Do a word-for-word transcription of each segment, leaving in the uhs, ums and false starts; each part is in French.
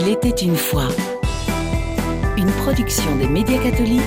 Il était une fois. Une production des médias catholiques.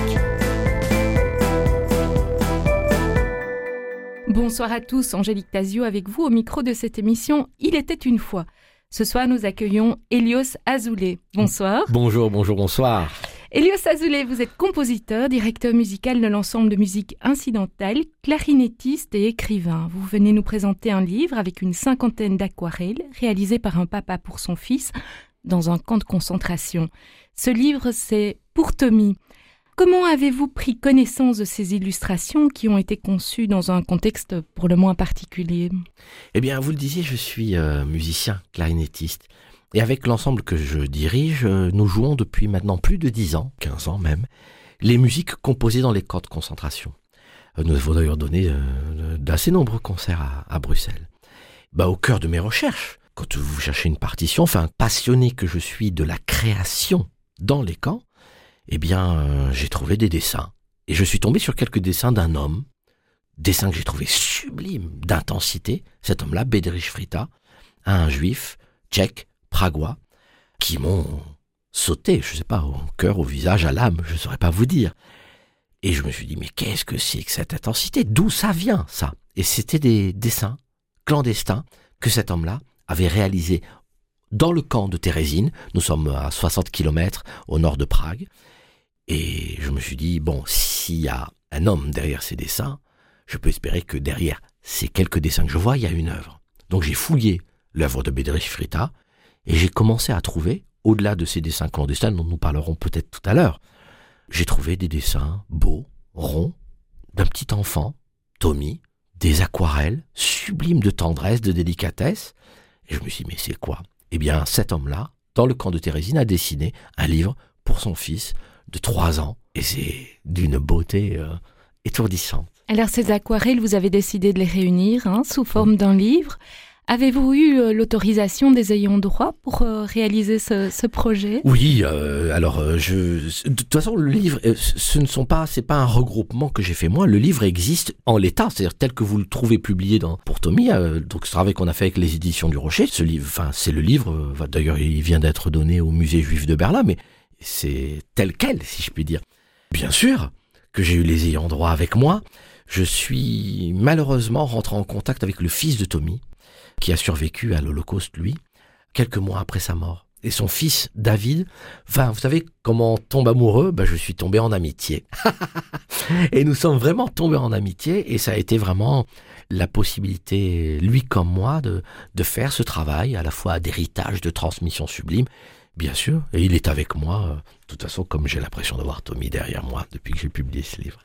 Bonsoir à tous, Angélique Tazio avec vous au micro de cette émission Il était une fois. Ce soir, nous accueillons Hélios Azoulay. Bonsoir. Bonjour, bonjour, bonsoir. Hélios Azoulay, vous êtes compositeur, directeur musical de l'ensemble de musique incidentale, clarinettiste et écrivain. Vous venez nous présenter un livre avec une cinquantaine d'aquarelles réalisées par un papa pour son fils dans un camp de concentration. Ce livre, c'est Pour Tommy. Comment avez-vous pris connaissance de ces illustrations qui ont été conçues dans un contexte pour le moins particulier ? Eh bien, vous le disiez, je suis euh, musicien, clarinettiste. Et avec l'ensemble que je dirige, euh, nous jouons depuis maintenant plus de dix ans, quinze ans même, les musiques composées dans les camps de concentration. Euh, nous avons d'ailleurs donné euh, d'assez nombreux concerts à, à Bruxelles. Bah, au cœur de mes recherches, quand vous cherchez une partition, enfin, passionné que je suis de la création dans les camps, eh bien, euh, j'ai trouvé des dessins. Et je suis tombé sur quelques dessins d'un homme, dessins que j'ai trouvé sublimes, d'intensité. Cet homme-là, Bedřich Frita, un juif tchèque, pragois, qui m'ont sauté, je ne sais pas, au cœur, au visage, à l'âme, je ne saurais pas vous dire. Et je me suis dit, mais qu'est-ce que c'est que cette intensité ? D'où ça vient, ça ? Et c'était des dessins clandestins que cet homme-là avait réalisés dans le camp de Terezín. Nous sommes à soixante kilomètres au nord de Prague. Et je me suis dit, bon, s'il y a un homme derrière ces dessins, je peux espérer que derrière ces quelques dessins que je vois, il y a une œuvre. Donc j'ai fouillé l'œuvre de Bedřich Frita et j'ai commencé à trouver, au-delà de ces dessins clandestins dont nous parlerons peut-être tout à l'heure, j'ai trouvé des dessins beaux, ronds, d'un petit enfant, Tommy, des aquarelles sublimes de tendresse, de délicatesse. Et je me suis dit, mais c'est quoi ? Eh bien, cet homme-là, dans le camp de Terezín, a dessiné un livre pour son fils de trois ans. Et c'est d'une beauté euh, étourdissante. Alors, ces aquarelles, vous avez décidé de les réunir hein, sous forme d'un livre. Avez-vous eu euh, l'autorisation des ayants droit pour euh, réaliser ce, ce projet ? Oui, euh, alors euh, je, de toute façon le livre, euh, ce ne sont pas, c'est pas un regroupement que j'ai fait moi. Le livre existe en l'état, c'est-à-dire tel que vous le trouvez publié dans Pour Tommy. Euh, donc ce travail qu'on a fait avec les éditions du Rocher, ce livre, enfin c'est le livre. Euh, d'ailleurs, il vient d'être donné au musée juif de Berlin, mais c'est tel quel, si je puis dire. Bien sûr que j'ai eu les ayants droit avec moi. Je suis malheureusement rentré en contact avec le fils de Tommy, qui a survécu à l'Holocauste, lui, quelques mois après sa mort. Et son fils, David, enfin, vous savez comment on tombe amoureux ? Ben, je suis tombé en amitié. Et nous sommes vraiment tombés en amitié, et ça a été vraiment la possibilité, lui comme moi, de, de faire ce travail, à la fois d'héritage, de transmission sublime, bien sûr. Et il est avec moi, de toute façon, comme j'ai l'impression d'avoir Tommy derrière moi depuis que j'ai publié ce livre.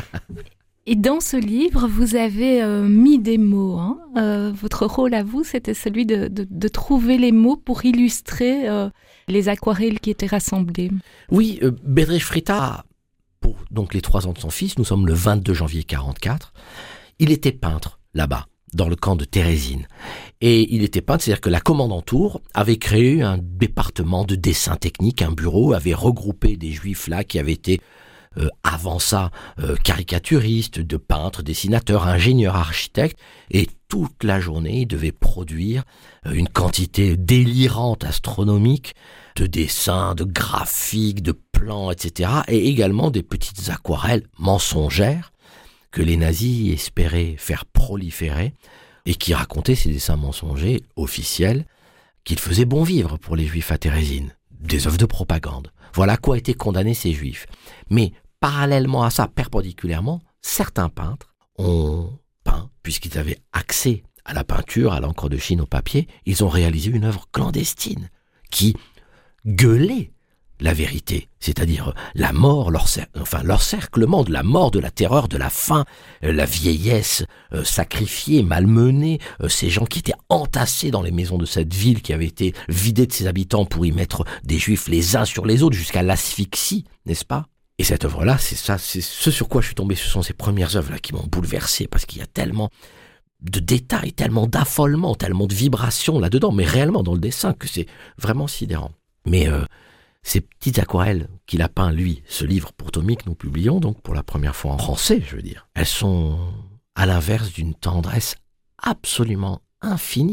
Et dans ce livre, vous avez euh, mis des mots. Hein. Euh, votre rôle à vous, c'était celui de, de, de trouver les mots pour illustrer euh, les aquarelles qui étaient rassemblées. Oui, euh, Bedřich Frita, pour donc les trois ans de son fils, nous sommes le vingt-deux janvier quarante-quatre, il était peintre là-bas, dans le camp de Terezín. Et il était peintre, c'est-à-dire que la commandanture avait créé un département de dessin technique, un bureau, avait regroupé des juifs là qui avaient été Euh, avant ça, euh, caricaturiste, de peintres, dessinateurs, ingénieurs, architectes, et toute la journée, il devait produire euh, une quantité délirante, astronomique, de dessins, de graphiques, de plans, et cetera, et également des petites aquarelles mensongères que les nazis espéraient faire proliférer, et qui racontaient ces dessins mensongers officiels qu'ils faisaient bon vivre pour les juifs à Terezín, des œuvres de propagande. Voilà à quoi étaient condamnés ces juifs. Mais parallèlement à ça, perpendiculairement, certains peintres ont peint, puisqu'ils avaient accès à la peinture, à l'encre de Chine, au papier, ils ont réalisé une œuvre clandestine qui gueulait la vérité, c'est-à-dire la mort, leur cer- enfin l'encerclement de la mort, de la terreur, de la faim, euh, la vieillesse euh, sacrifiée, malmenée, euh, ces gens qui étaient entassés dans les maisons de cette ville qui avait été vidée de ses habitants pour y mettre des juifs les uns sur les autres jusqu'à l'asphyxie, n'est-ce pas ? Et cette œuvre-là, c'est ça, c'est ce sur quoi je suis tombé. Ce sont ces premières œuvres-là qui m'ont bouleversé parce qu'il y a tellement de détails, tellement d'affolement, tellement de vibrations là-dedans, mais réellement dans le dessin que c'est vraiment sidérant. Mais euh, ces petites aquarelles qu'il a peint, lui, ce livre pour Tommy que nous publions, donc pour la première fois en français, je veux dire, elles sont à l'inverse d'une tendresse absolument infinie.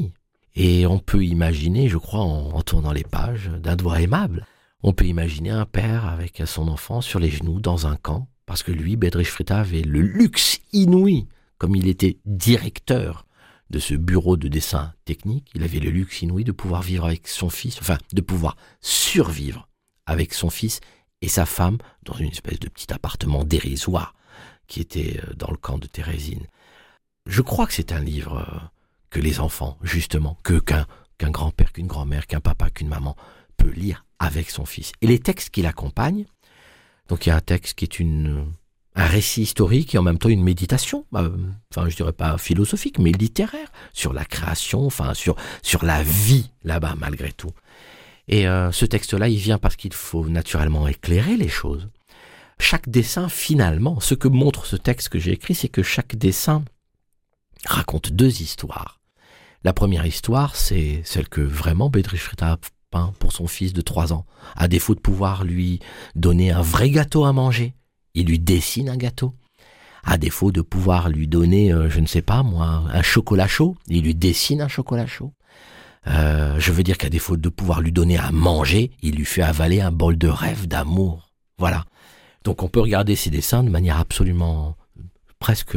Et on peut imaginer, je crois, en, en tournant les pages d'un doigt aimable, on peut imaginer un père avec son enfant sur les genoux dans un camp, parce que lui, Bedřich Frita, avait le luxe inouï, comme il était directeur de ce bureau de dessin technique, il avait le luxe inouï de pouvoir vivre avec son fils, enfin, de pouvoir survivre avec son fils et sa femme dans une espèce de petit appartement dérisoire qui était dans le camp de Térésine. Je crois que c'est un livre que les enfants, justement, que qu'un, qu'un grand-père, qu'une grand-mère, qu'un papa, qu'une maman peut lire avec son fils. Et les textes qui l'accompagnent, donc il y a un texte qui est une, un récit historique et en même temps une méditation, euh, enfin je dirais pas philosophique, mais littéraire, sur la création, enfin sur, sur la vie là-bas malgré tout. Et euh, ce texte-là, il vient parce qu'il faut naturellement éclairer les choses. Chaque dessin, finalement, ce que montre ce texte que j'ai écrit, c'est que chaque dessin raconte deux histoires. La première histoire, c'est celle que vraiment Bedřich Frita a peint pour son fils de trois ans. À défaut de pouvoir lui donner un vrai gâteau à manger, il lui dessine un gâteau. À défaut de pouvoir lui donner, euh, je ne sais pas moi, un chocolat chaud, il lui dessine un chocolat chaud. Euh, je veux dire qu'à défaut de pouvoir lui donner à manger, il lui fait avaler un bol de rêve d'amour. Voilà. Donc on peut regarder ces dessins de manière absolument, presque,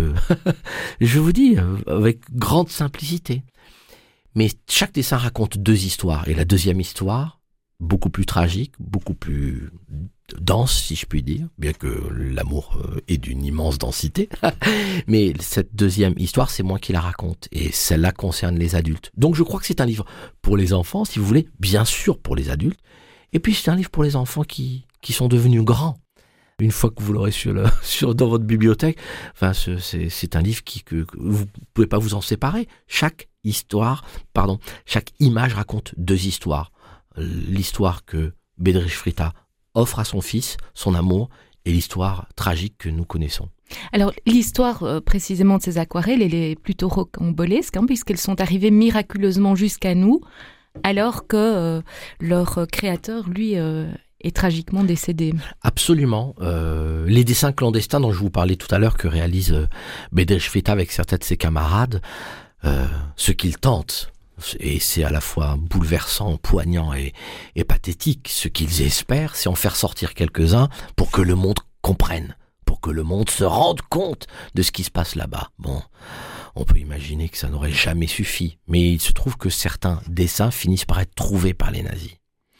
je vous dis, avec grande simplicité. Mais chaque dessin raconte deux histoires. Et la deuxième histoire, beaucoup plus tragique, beaucoup plus dense, si je puis dire, bien que l'amour est d'une immense densité. Mais cette deuxième histoire, c'est moi qui la raconte. Et celle-là concerne les adultes. Donc je crois que c'est un livre pour les enfants, si vous voulez, bien sûr pour les adultes. Et puis c'est un livre pour les enfants qui, qui sont devenus grands. Une fois que vous l'aurez sur le, sur, dans votre bibliothèque, enfin, c'est, c'est un livre qui, que, que vous pouvez pas vous en séparer. Chaque histoire, pardon, chaque image raconte deux histoires. L'histoire que Bedřich Frita offre à son fils, son amour, et l'histoire tragique que nous connaissons. Alors, l'histoire euh, précisément de ces aquarelles, elle est plutôt rocambolesque, hein, puisqu'elles sont arrivées miraculeusement jusqu'à nous, alors que euh, leur créateur, lui, euh, est tragiquement décédé. Absolument. Euh, les dessins clandestins dont je vous parlais tout à l'heure que réalise euh, Bedřich Frita avec certains de ses camarades, euh, ce qu'il tente, et c'est à la fois bouleversant, poignant et, et pathétique, ce qu'ils espèrent, c'est en faire sortir quelques-uns pour que le monde comprenne, pour que le monde se rende compte de ce qui se passe là-bas. Bon, on peut imaginer que ça n'aurait jamais suffi, mais il se trouve que certains dessins finissent par être trouvés par les nazis.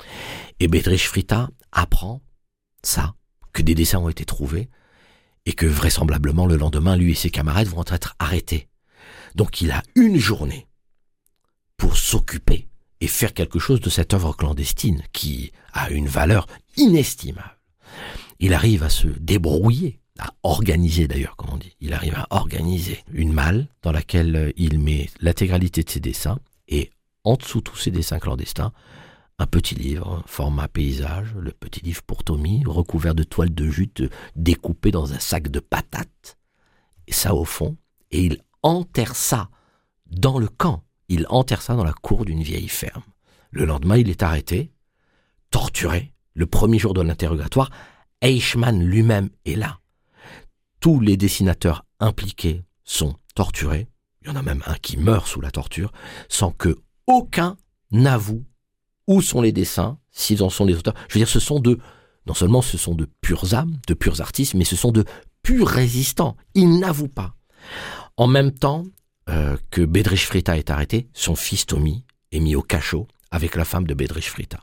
Et Bedřich Frita apprend ça, que des dessins ont été trouvés, et que vraisemblablement le lendemain, lui et ses camarades vont être arrêtés. Donc il a une journée pour s'occuper et faire quelque chose de cette œuvre clandestine qui a une valeur inestimable. Il arrive à se débrouiller, à organiser d'ailleurs, comme on dit. Il arrive à organiser une malle dans laquelle il met l'intégralité de ses dessins et en dessous de tous ces dessins clandestins, un petit livre, format paysage, le petit livre pour Tommy, recouvert de toile de jute découpé dans un sac de patates. Et ça au fond, et il enterre ça dans le camp. Il enterre ça dans la cour d'une vieille ferme. Le lendemain, il est arrêté, torturé. Le premier jour de l'interrogatoire, Eichmann lui-même est là. Tous les dessinateurs impliqués sont torturés. Il y en a même un qui meurt sous la torture, sans que aucun n'avoue où sont les dessins, s'ils en sont les auteurs. Je veux dire, ce sont de, non seulement ce sont de pures âmes, de purs artistes, mais ce sont de purs résistants. Ils n'avouent pas. En même temps euh, que Bedřich Frita est arrêté, son fils Tommy est mis au cachot avec la femme de Bedřich Frita.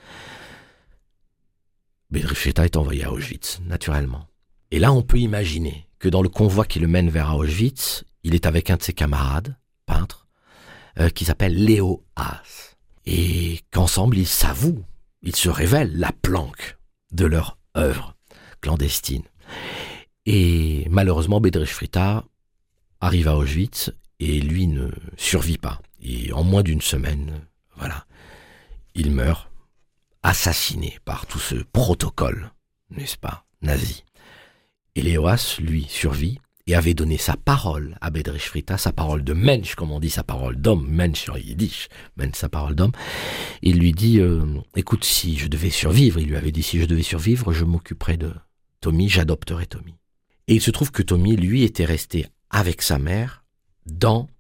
Bedřich Frita est envoyé à Auschwitz, naturellement. Et là, on peut imaginer que dans le convoi qui le mène vers Auschwitz, il est avec un de ses camarades, peintres, euh, qui s'appelle Leo Haas. Et qu'ensemble, ils s'avouent, ils se révèlent la planque de leur œuvre clandestine. Et malheureusement, Bedřich Frita arrive à Auschwitz et lui ne survit pas. Et en moins d'une semaine, voilà, il meurt assassiné par tout ce protocole, n'est-ce pas, nazi. Et Leo Haas, lui, survit et avait donné sa parole à Bedřich Frita, sa parole de Mensch, comme on dit, sa parole d'homme, Mensch en yiddish, Mensch, sa parole d'homme. Il lui dit, euh, écoute, si je devais survivre, il lui avait dit, si je devais survivre, je m'occuperais de Tommy, j'adopterais Tommy. Et il se trouve que Tommy, lui, était resté avec sa mère dans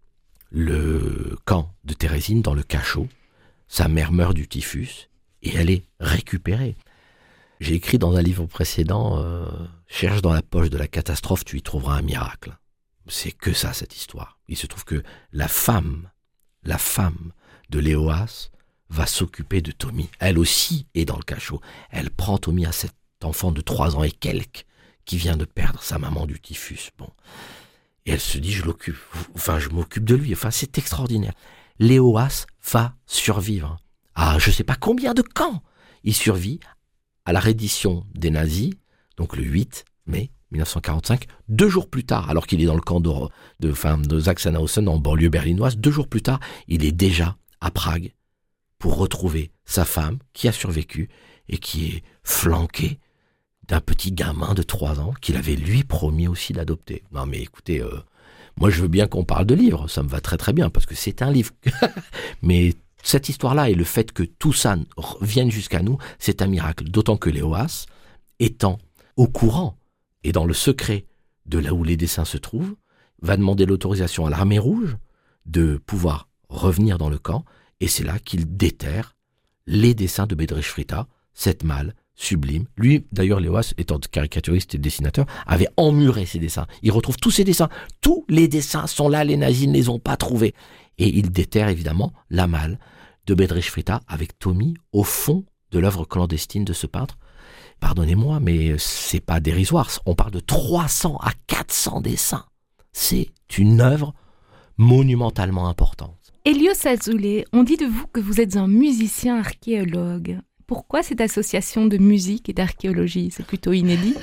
le camp de Térésine dans le cachot. Sa mère meurt du typhus et elle est récupérée. J'ai écrit dans un livre précédent euh, « Cherche dans la poche de la catastrophe, tu y trouveras un miracle ». C'est que ça, cette histoire. Il se trouve que la femme, la femme de Léoas va s'occuper de Tommy. Elle aussi est dans le cachot. Elle prend Tommy à cet enfant de trois ans et quelques qui vient de perdre sa maman du typhus. Bon. Et elle se dit, je l'occupe, enfin, je m'occupe de lui. Enfin, c'est extraordinaire. Léoas va survivre à je ne sais pas combien de camps. Il survit à la reddition des nazis, donc le huit mai mille neuf cent quarante-cinq, deux jours plus tard, alors qu'il est dans le camp de, de, enfin, de Sachsenhausen en banlieue berlinoise, deux jours plus tard, il est déjà à Prague pour retrouver sa femme qui a survécu et qui est flanquée d'un petit gamin de trois ans qu'il avait lui promis aussi d'adopter. Non mais écoutez, euh, moi je veux bien qu'on parle de livres, ça me va très très bien parce que c'est un livre. Mais cette histoire-là et le fait que tout ça vienne jusqu'à nous, c'est un miracle. D'autant que Léoas, étant au courant et dans le secret de là où les dessins se trouvent, va demander l'autorisation à l'Armée Rouge de pouvoir revenir dans le camp et c'est là qu'il déterre les dessins de Bedřich Frita, cette malle sublime. Lui, d'ailleurs, Léoas, étant caricaturiste et dessinateur, avait emmuré ses dessins. Il retrouve tous ses dessins. Tous les dessins sont là, les nazis ne les ont pas trouvés. Et il déterre évidemment la malle de Bedřich Frita avec Tommy au fond de l'œuvre clandestine de ce peintre. Pardonnez-moi, mais c'est pas dérisoire. On parle de trois cents à quatre cents dessins. C'est une œuvre monumentalement importante. Elios Azoulay, on dit de vous que vous êtes un musicien archéologue. Pourquoi cette association de musique et d'archéologie? C'est plutôt inédit.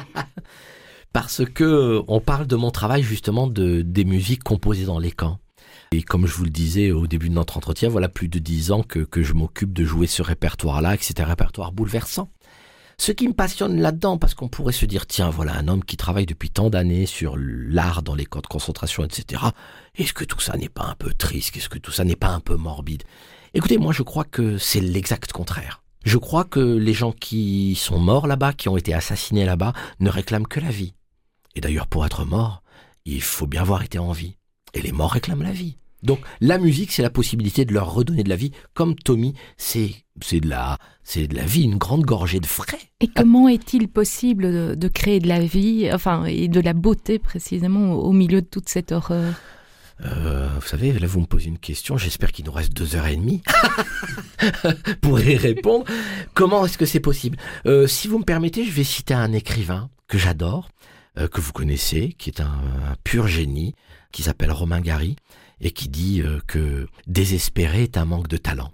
Parce que on parle de mon travail justement de, des musiques composées dans les camps. Et comme je vous le disais au début de notre entretien, voilà plus de dix ans que, que je m'occupe de jouer ce répertoire-là, et que c'est un répertoire bouleversant. Ce qui me passionne là-dedans, parce qu'on pourrait se dire, tiens, voilà un homme qui travaille depuis tant d'années sur l'art dans les camps de concentration, et cetera. Est-ce que tout ça n'est pas un peu triste? Est-ce que tout ça n'est pas un peu morbide? Écoutez, moi je crois que c'est l'exact contraire. Je crois que les gens qui sont morts là-bas, qui ont été assassinés là-bas, ne réclament que la vie. Et d'ailleurs, pour être mort, il faut bien avoir été en vie. Et les morts réclament la vie. Donc la musique, c'est la possibilité de leur redonner de la vie. Comme Tommy, c'est, c'est, de, la, c'est de la vie, une grande gorgée de frais. Et comment est-il possible de, de créer de la vie, enfin, et de la beauté précisément au, au milieu de toute cette horreur? Euh, vous savez, là vous me posez une question, j'espère qu'il nous reste deux heures et demie pour y répondre. Comment est-ce que c'est possible? euh, Si vous me permettez, je vais citer un écrivain que j'adore, euh, que vous connaissez, qui est un, un pur génie, qui s'appelle Romain Gary, et qui dit euh, que désespérer est un manque de talent.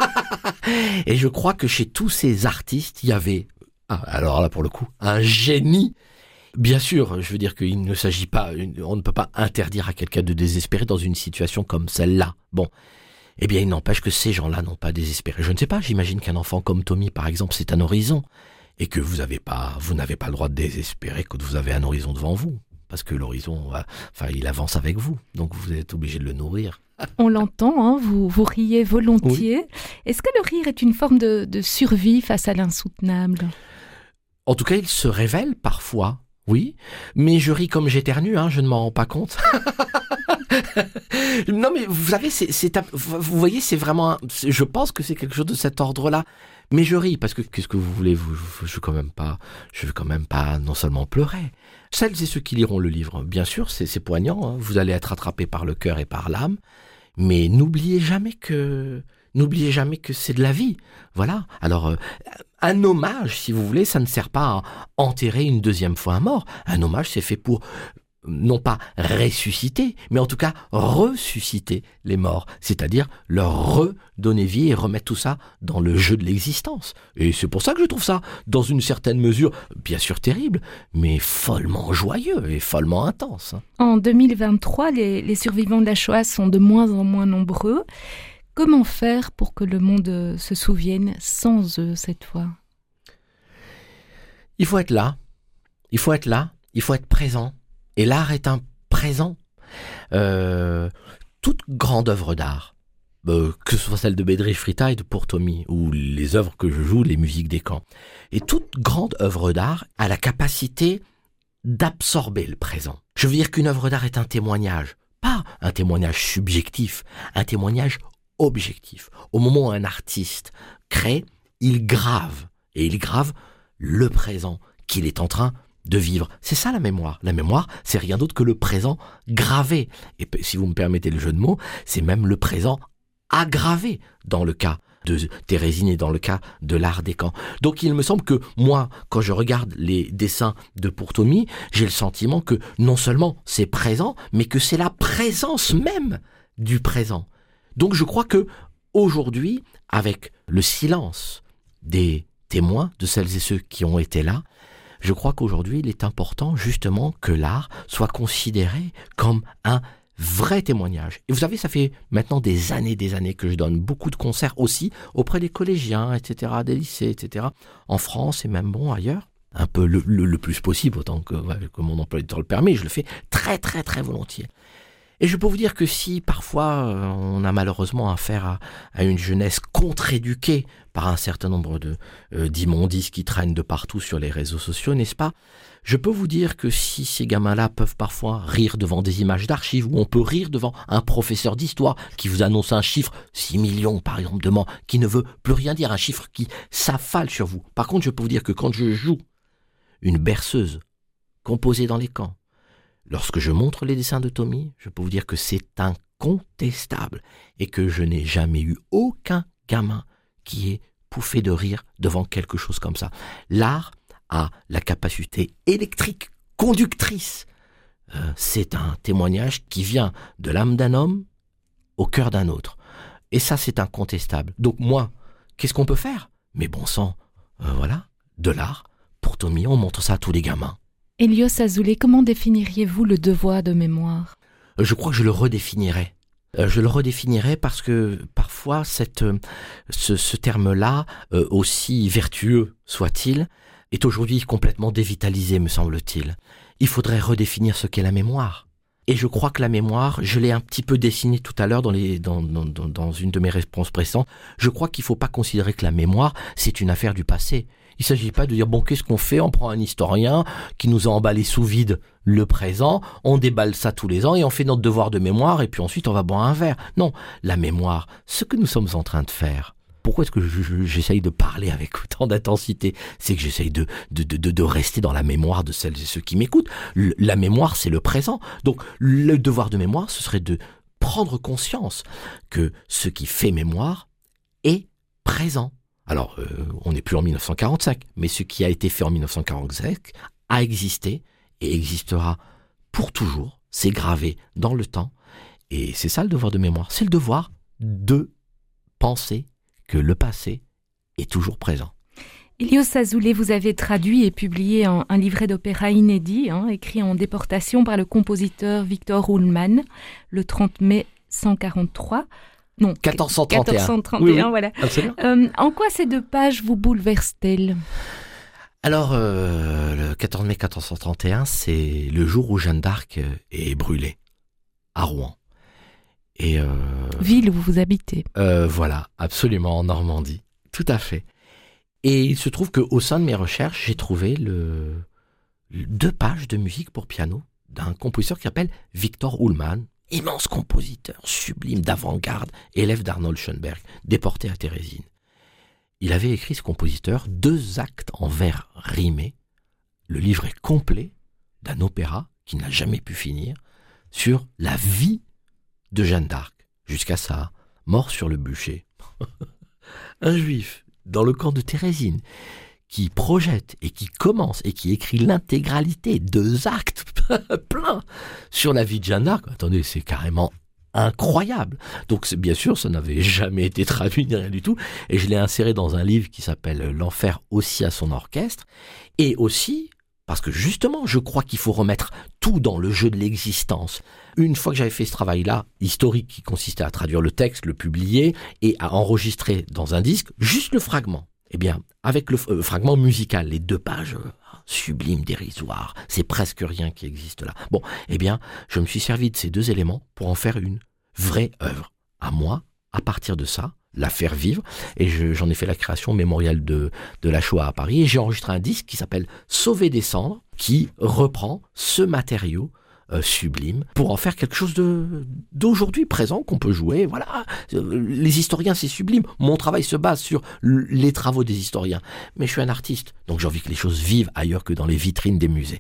Et je crois que chez tous ces artistes, il y avait, ah, alors là pour le coup, un génie. Bien sûr, je veux dire qu'il ne s'agit pas, on ne peut pas interdire à quelqu'un de désespérer dans une situation comme celle-là. Bon, eh bien il n'empêche que ces gens-là n'ont pas désespéré. Je ne sais pas, j'imagine qu'un enfant comme Tommy, par exemple, c'est un horizon, et que vous avez pas, vous n'avez pas le droit de désespérer quand vous avez un horizon devant vous, parce que l'horizon, enfin, il avance avec vous, donc vous êtes obligé de le nourrir. On l'entend, hein, vous, vous riez volontiers. Oui. Est-ce que le rire est une forme de, de survie face à l'insoutenable? En tout cas, il se révèle parfois. Oui, mais je ris comme j'éternue, hein, je ne m'en rends pas compte. Non, mais vous savez, c'est, c'est, vous voyez, c'est vraiment, je pense que c'est quelque chose de cet ordre-là. Mais je ris parce que qu'est-ce que vous voulez, vous, je veux quand même pas, je veux quand même pas non seulement pleurer. Celles et ceux qui liront le livre, bien sûr, c'est, c'est poignant. Hein, vous allez être attrapé par le cœur et par l'âme, mais n'oubliez jamais que. N'oubliez jamais que c'est de la vie. Voilà. Alors, euh, un hommage, si vous voulez, ça ne sert pas à enterrer une deuxième fois un mort. Un hommage, c'est fait pour, non pas ressusciter, mais en tout cas ressusciter les morts. C'est-à-dire leur redonner vie et remettre tout ça dans le jeu de l'existence. Et c'est pour ça que je trouve ça, dans une certaine mesure, bien sûr terrible, mais follement joyeux et follement intense. En deux mille vingt-trois, les, les survivants de la Shoah sont de moins en moins nombreux. Comment faire pour que le monde se souvienne sans eux cette fois? Il faut être là. Il faut être là. Il faut être présent. Et l'art est un présent. Euh, toute grande œuvre d'art, euh, que ce soit celle de Bedřich Frita et de Pour Tommy, ou les œuvres que je joue, les musiques des camps, et toute grande œuvre d'art a la capacité d'absorber le présent. Je veux dire qu'une œuvre d'art est un témoignage. Pas un témoignage subjectif, un témoignage objectif. Au moment où un artiste crée, il grave, et il grave le présent qu'il est en train de vivre. C'est ça la mémoire. La mémoire, c'est rien d'autre que le présent gravé. Et si vous me permettez le jeu de mots, c'est même le présent aggravé dans le cas de Térésine et dans le cas de l'art des camps. Donc il me semble que moi, quand je regarde les dessins de Pourtomie, j'ai le sentiment que non seulement c'est présent, mais que c'est la présence même du présent. Donc je crois que aujourd'hui, avec le silence des témoins, de celles et ceux qui ont été là, je crois qu'aujourd'hui, il est important justement que l'art soit considéré comme un vrai témoignage. Et vous savez, ça fait maintenant des années, des années que je donne beaucoup de concerts aussi auprès des collégiens, et cetera, des lycées, et cetera, en France et même bon ailleurs. Un peu le, le, le plus possible, autant que, que mon emploi du temps le permet, je le fais très très très volontiers. Et je peux vous dire que si parfois euh, on a malheureusement affaire à, à une jeunesse contre-éduquée par un certain nombre de euh, d'immondices qui traînent de partout sur les réseaux sociaux, n'est-ce pas? Je peux vous dire que si ces gamins-là peuvent parfois rire devant des images d'archives, ou on peut rire devant un professeur d'histoire qui vous annonce un chiffre, six millions par exemple de morts, qui ne veut plus rien dire, un chiffre qui s'affale sur vous. Par contre, je peux vous dire que quand je joue une berceuse composée dans les camps, lorsque je montre les dessins de Tommy, je peux vous dire que c'est incontestable et que je n'ai jamais eu aucun gamin qui ait pouffé de rire devant quelque chose comme ça. L'art a la capacité électrique, conductrice. Euh, c'est un témoignage qui vient de l'âme d'un homme au cœur d'un autre. Et ça, c'est incontestable. Donc moi, qu'est-ce qu'on peut faire? Mais bon sang, euh, voilà, de l'art. Pour Tommy, on montre ça à tous les gamins. Hélios Azoulay, comment définiriez-vous le devoir de mémoire? Je crois que je le redéfinirais. Je le redéfinirais parce que parfois cette, ce, ce terme-là, euh, aussi vertueux soit-il, est aujourd'hui complètement dévitalisé, me semble-t-il. Il faudrait redéfinir ce qu'est la mémoire. Et je crois que la mémoire, je l'ai un petit peu dessiné tout à l'heure dans, les, dans, dans, dans une de mes réponses précédentes, je crois qu'il ne faut pas considérer que la mémoire, c'est une affaire du passé. Il ne s'agit pas de dire, bon, qu'est-ce qu'on fait? On prend un historien qui nous a emballé sous vide le présent, on déballe ça tous les ans et on fait notre devoir de mémoire et puis ensuite on va boire un verre. Non, la mémoire, ce que nous sommes en train de faire, pourquoi est-ce que je, je, j'essaye de parler avec autant d'intensité? C'est que j'essaye de, de, de, de rester dans la mémoire de celles et ceux qui m'écoutent. Le, la mémoire, c'est le présent. Donc, le devoir de mémoire, ce serait de prendre conscience que ce qui fait mémoire est présent. Alors, euh, on n'est plus en dix-neuf cent quarante-cinq, mais ce qui a été fait en dix-neuf cent quarante-cinq a existé et existera pour toujours. C'est gravé dans le temps. Et c'est ça le devoir de mémoire. C'est le devoir de penser que le passé est toujours présent. Hélios Azoulay, vous avez traduit et publié un, un livret d'opéra inédit, hein, écrit en déportation par le compositeur Victor Ullmann, le trente mai cent quarante-trois. Non, quatorze cent trente et un. quatorze cent trente et un, oui, oui, voilà. Euh, en quoi ces deux pages vous bouleversent-elles? Alors, euh, le quatorze mai quatorze cent trente et un, c'est le jour où Jeanne d'Arc est brûlée, à Rouen. Et euh, ville où vous habitez. Euh, voilà, absolument, en Normandie, tout à fait. Et il se trouve qu'au sein de mes recherches, j'ai trouvé le, deux pages de musique pour piano d'un compositeur qui s'appelle Victor Ullmann, immense compositeur, sublime, d'avant-garde, élève d'Arnold Schoenberg, déporté à Térésine. Il avait écrit, ce compositeur, deux actes en vers rimés, le livret complet d'un opéra qui n'a jamais pu finir, sur la vie de Jeanne d'Arc, jusqu'à sa mort sur le bûcher. Un juif, dans le camp de Térésine, qui projette et qui commence et qui écrit l'intégralité, deux actes plein sur la vie de Jeanne d'Arc. Attendez, c'est carrément incroyable. Donc c'est, bien sûr, ça n'avait jamais été traduit ni rien du tout. Et je l'ai inséré dans un livre qui s'appelle « L'enfer aussi à son orchestre ». Et aussi, parce que justement, je crois qu'il faut remettre tout dans le jeu de l'existence. Une fois que j'avais fait ce travail-là, historique, qui consistait à traduire le texte, le publier et à enregistrer dans un disque juste le fragment. Eh bien, avec le euh, fragment musical, les deux pages euh, sublimes, dérisoires, c'est presque rien qui existe là. Bon, eh bien, je me suis servi de ces deux éléments pour en faire une vraie œuvre. À moi, à partir de ça, la faire vivre. Et je, j'en ai fait la création mémoriale de, de la Shoah à Paris. Et j'ai enregistré un disque qui s'appelle « Sauver des cendres », qui reprend ce matériau euh, sublime pour en faire quelque chose de, d'aujourd'hui présent qu'on peut jouer. Voilà, les historiens, c'est sublime. Mon travail se base sur les travaux des historiens. Mais je suis un artiste, donc j'ai envie que les choses vivent ailleurs que dans les vitrines des musées.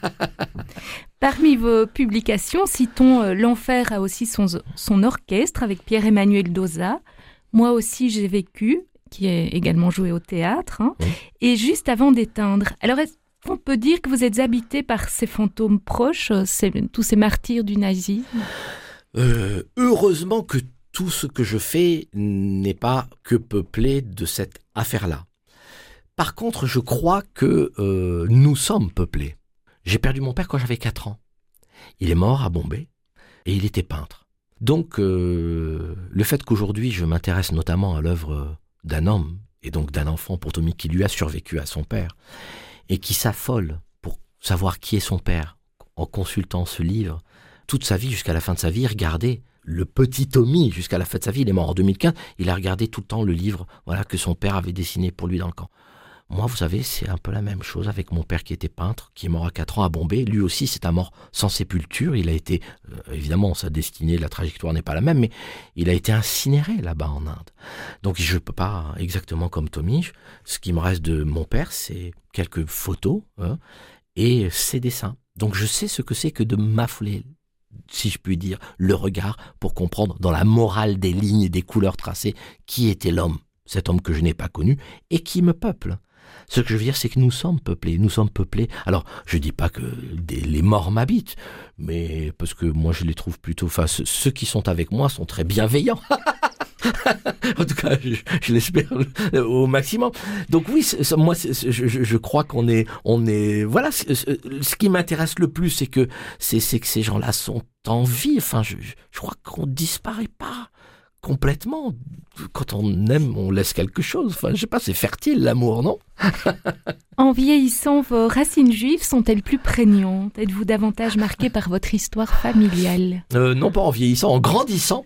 Parmi vos publications, citons euh, L'Enfer a aussi son, son orchestre avec Pierre-Emmanuel Dauzat. Moi aussi j'ai vécu, qui est également joué au théâtre, hein, oui. Et Juste avant d'éteindre. Alors est-ce qu'on peut dire que vous êtes habité par ces fantômes proches, ces, tous ces martyrs du nazisme ? euh, Heureusement que tout ce que je fais n'est pas que peuplé de cette affaire-là. Par contre, je crois que euh, nous sommes peuplés. J'ai perdu mon père quand j'avais quatre ans. Il est mort à Bombay et il était peintre. Donc, euh, le fait qu'aujourd'hui je m'intéresse notamment à l'œuvre d'un homme et donc d'un enfant pour Tommy qui lui a survécu à son père et qui s'affole pour savoir qui est son père en consultant ce livre, toute sa vie jusqu'à la fin de sa vie, regardez le petit Tommy jusqu'à la fin de sa vie, il est mort en deux mille quinze, il a regardé tout le temps le livre voilà, que son père avait dessiné pour lui dans le camp. Moi, vous savez, c'est un peu la même chose avec mon père qui était peintre, qui est mort à quatre ans à Bombay. Lui aussi, c'est un mort sans sépulture. Il a été, euh, évidemment, sa destinée, la trajectoire n'est pas la même, mais il a été incinéré là-bas en Inde. Donc, je ne peux pas, exactement comme Tommy, ce qui me reste de mon père, c'est quelques photos hein, et ses dessins. Donc, je sais ce que c'est que de m'affoler, si je puis dire, le regard pour comprendre dans la morale des lignes et des couleurs tracées qui était l'homme, cet homme que je n'ai pas connu et qui me peuple. Ce que je veux dire, c'est que nous sommes peuplés, nous sommes peuplés. Alors, je dis pas que des, les morts m'habitent, mais parce que moi, je les trouve plutôt... Enfin, ceux, ceux qui sont avec moi sont très bienveillants. En tout cas, je, je l'espère au maximum. Donc oui, c'est, moi, c'est, je, je crois qu'on est... On est voilà, c'est, ce qui m'intéresse le plus, c'est que, c'est, c'est que ces gens-là sont en vie. Enfin, je, je crois qu'on ne disparaît pas complètement. Quand on aime, on laisse quelque chose. Enfin, je sais pas, c'est fertile l'amour, non? En vieillissant, vos racines juives sont-elles plus prégnantes? Êtes-vous davantage marqué par votre histoire familiale? euh, Non, pas en vieillissant, en grandissant.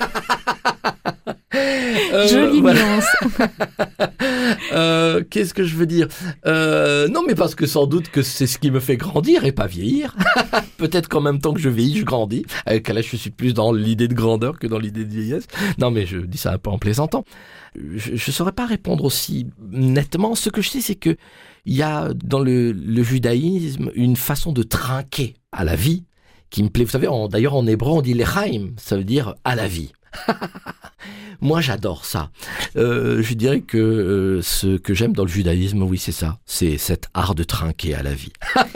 Euh, Jolie voilà. nuance. euh, qu'est-ce que je veux dire euh, Non, mais parce que sans doute que c'est ce qui me fait grandir et pas vieillir. Peut-être qu'en même temps que je vieillis, je grandis. Avec là, je suis plus dans l'idée de grandeur que dans l'idée de vieillesse. Non, mais je dis ça un peu en plaisantant. Je ne saurais pas répondre aussi nettement. Ce que je sais, c'est que il y a dans le, le judaïsme une façon de trinquer à la vie qui me plaît. Vous savez, en, d'ailleurs en hébreu, on dit lechaim, ça veut dire à la vie. Moi, j'adore ça. Euh, je dirais que euh, ce que j'aime dans le judaïsme, oui, c'est ça. C'est cet art de trinquer à la vie.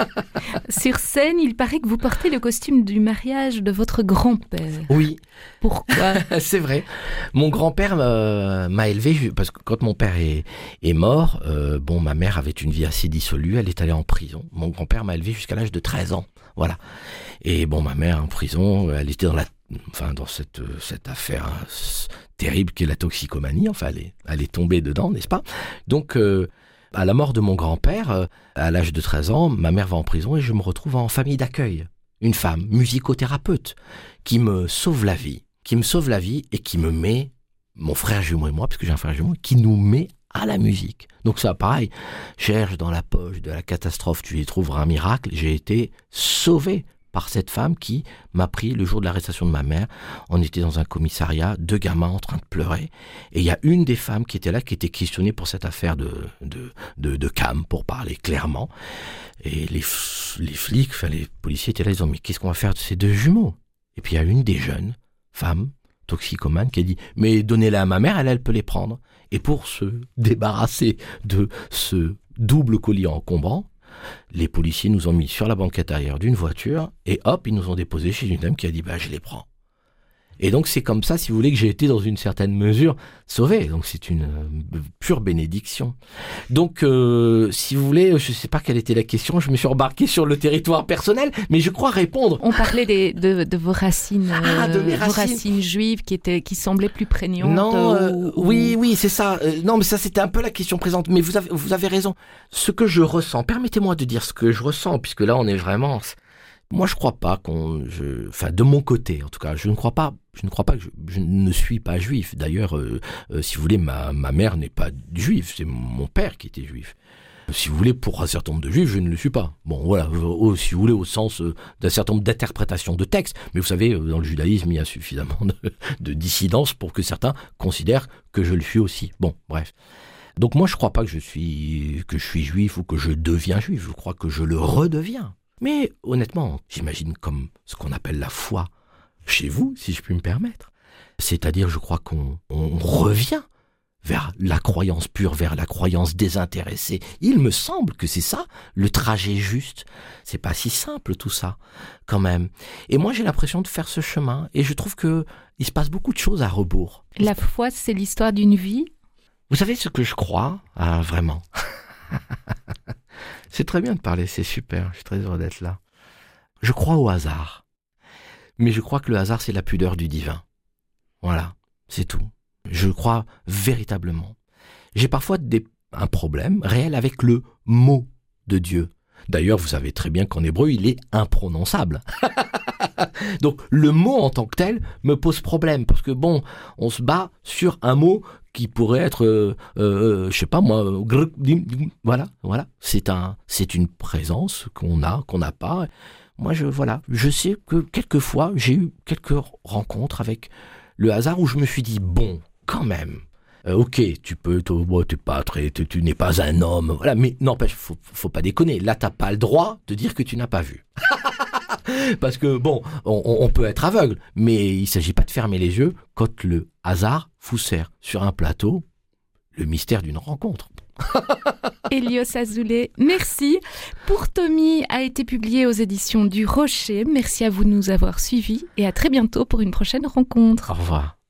Sur scène, il paraît que vous portez le costume du mariage de votre grand-père. Oui. Pourquoi? C'est vrai. Mon grand-père euh, m'a élevé, parce que quand mon père est, est mort, euh, bon, ma mère avait une vie assez dissolue, elle est allée en prison. Mon grand-père m'a élevé jusqu'à l'âge de treize ans. Voilà. Et bon, ma mère en prison, elle était dans la Enfin, dans cette, cette affaire hein, terrible qu'est la toxicomanie, enfin, elle est, elle est tombée dedans, n'est-ce pas? Donc, euh, à la mort de mon grand-père, euh, à l'âge de treize ans, ma mère va en prison et je me retrouve en famille d'accueil. Une femme, musicothérapeute, qui me sauve la vie, qui me sauve la vie et qui me met, mon frère jumeau et moi, parce que j'ai un frère jumeau, qui nous met à la musique. Donc ça, pareil, cherche dans la poche de la catastrophe, tu y trouveras un miracle, j'ai été sauvé par cette femme qui m'a pris le jour de l'arrestation de ma mère. On était dans un commissariat, deux gamins en train de pleurer. Et il y a une des femmes qui était là, qui était questionnée pour cette affaire de, de, de, de cam, pour parler clairement. Et les, les flics, enfin les policiers étaient là, ils disent, mais qu'est-ce qu'on va faire de ces deux jumeaux? Et puis il y a une des jeunes femmes, toxicomane, qui a dit, mais donnez-les à ma mère, elle, elle peut les prendre. Et pour se débarrasser de ce double colis encombrant, les policiers nous ont mis sur la banquette arrière d'une voiture et hop, ils nous ont déposés chez une dame qui a dit bah je les prends. Et donc c'est comme ça, si vous voulez, que j'ai été dans une certaine mesure sauvé. Donc c'est une euh, pure bénédiction. Donc euh, si vous voulez, je ne sais pas quelle était la question, je me suis embarqué sur le territoire personnel, mais je crois répondre. On parlait des, de, de vos racines, ah, de mes euh, racines. vos racines juives qui étaient, qui semblaient plus prégnantes. Non, euh, ou, oui, oui, c'est ça. Euh, non, mais ça c'était un peu la question présente. Mais vous avez, vous avez raison. Ce que je ressens, permettez-moi de dire ce que je ressens, puisque là on est vraiment. Moi, je crois pas qu'on, je, enfin, de mon côté, en tout cas, je ne crois pas, je ne crois pas que je, je ne suis pas juif. D'ailleurs, euh, euh, si vous voulez, ma, ma mère n'est pas juive, c'est mon père qui était juif. Si vous voulez, pour un certain nombre de juifs, je ne le suis pas. Bon, voilà, au, si vous voulez, au sens euh, d'un certain nombre d'interprétations de textes. Mais vous savez, dans le judaïsme, il y a suffisamment de, de dissidence pour que certains considèrent que je le suis aussi. Bon, bref. Donc moi, je ne crois pas que je suis que je suis juif ou que je deviens juif. Je crois que je le redeviens. Mais honnêtement, j'imagine comme ce qu'on appelle la foi chez vous, si je puis me permettre. C'est-à-dire, je crois qu'on on revient vers la croyance pure, vers la croyance désintéressée. Il me semble que c'est ça, le trajet juste. C'est pas si simple tout ça, quand même. Et moi, j'ai l'impression de faire ce chemin, et je trouve que il se passe beaucoup de choses à rebours. La foi, c'est l'histoire d'une vie. Vous savez ce que je crois, ah, vraiment. C'est très bien de parler, c'est super, je suis très heureux d'être là. Je crois au hasard. Mais je crois que le hasard, c'est la pudeur du divin. Voilà, c'est tout. Je crois véritablement. J'ai parfois des, un problème réel avec le mot de Dieu. D'ailleurs, vous savez très bien qu'en hébreu, il est imprononçable. Donc, le mot en tant que tel me pose problème. Parce que bon, on se bat sur un mot qui pourrait être, euh, euh, je sais pas moi, voilà, voilà. C'est un, c'est une présence qu'on a, qu'on n'a pas. Moi, je, voilà, je sais que quelquefois, j'ai eu quelques rencontres avec le hasard où je me suis dit, bon, quand même, euh, ok, tu peux, oh, t'es pas très, tu, tu n'es pas un homme, voilà, mais n'empêche, faut, faut pas déconner. Là, t'as pas le droit de dire que tu n'as pas vu. Parce que bon, on, on peut être aveugle, mais il s'agit pas de fermer les yeux quand le hasard vous sert sur un plateau le mystère d'une rencontre. Elios Azoulay, merci. Pour Tommy a été publié aux éditions du Rocher. Merci à vous de nous avoir suivis et à très bientôt pour une prochaine rencontre. Au revoir.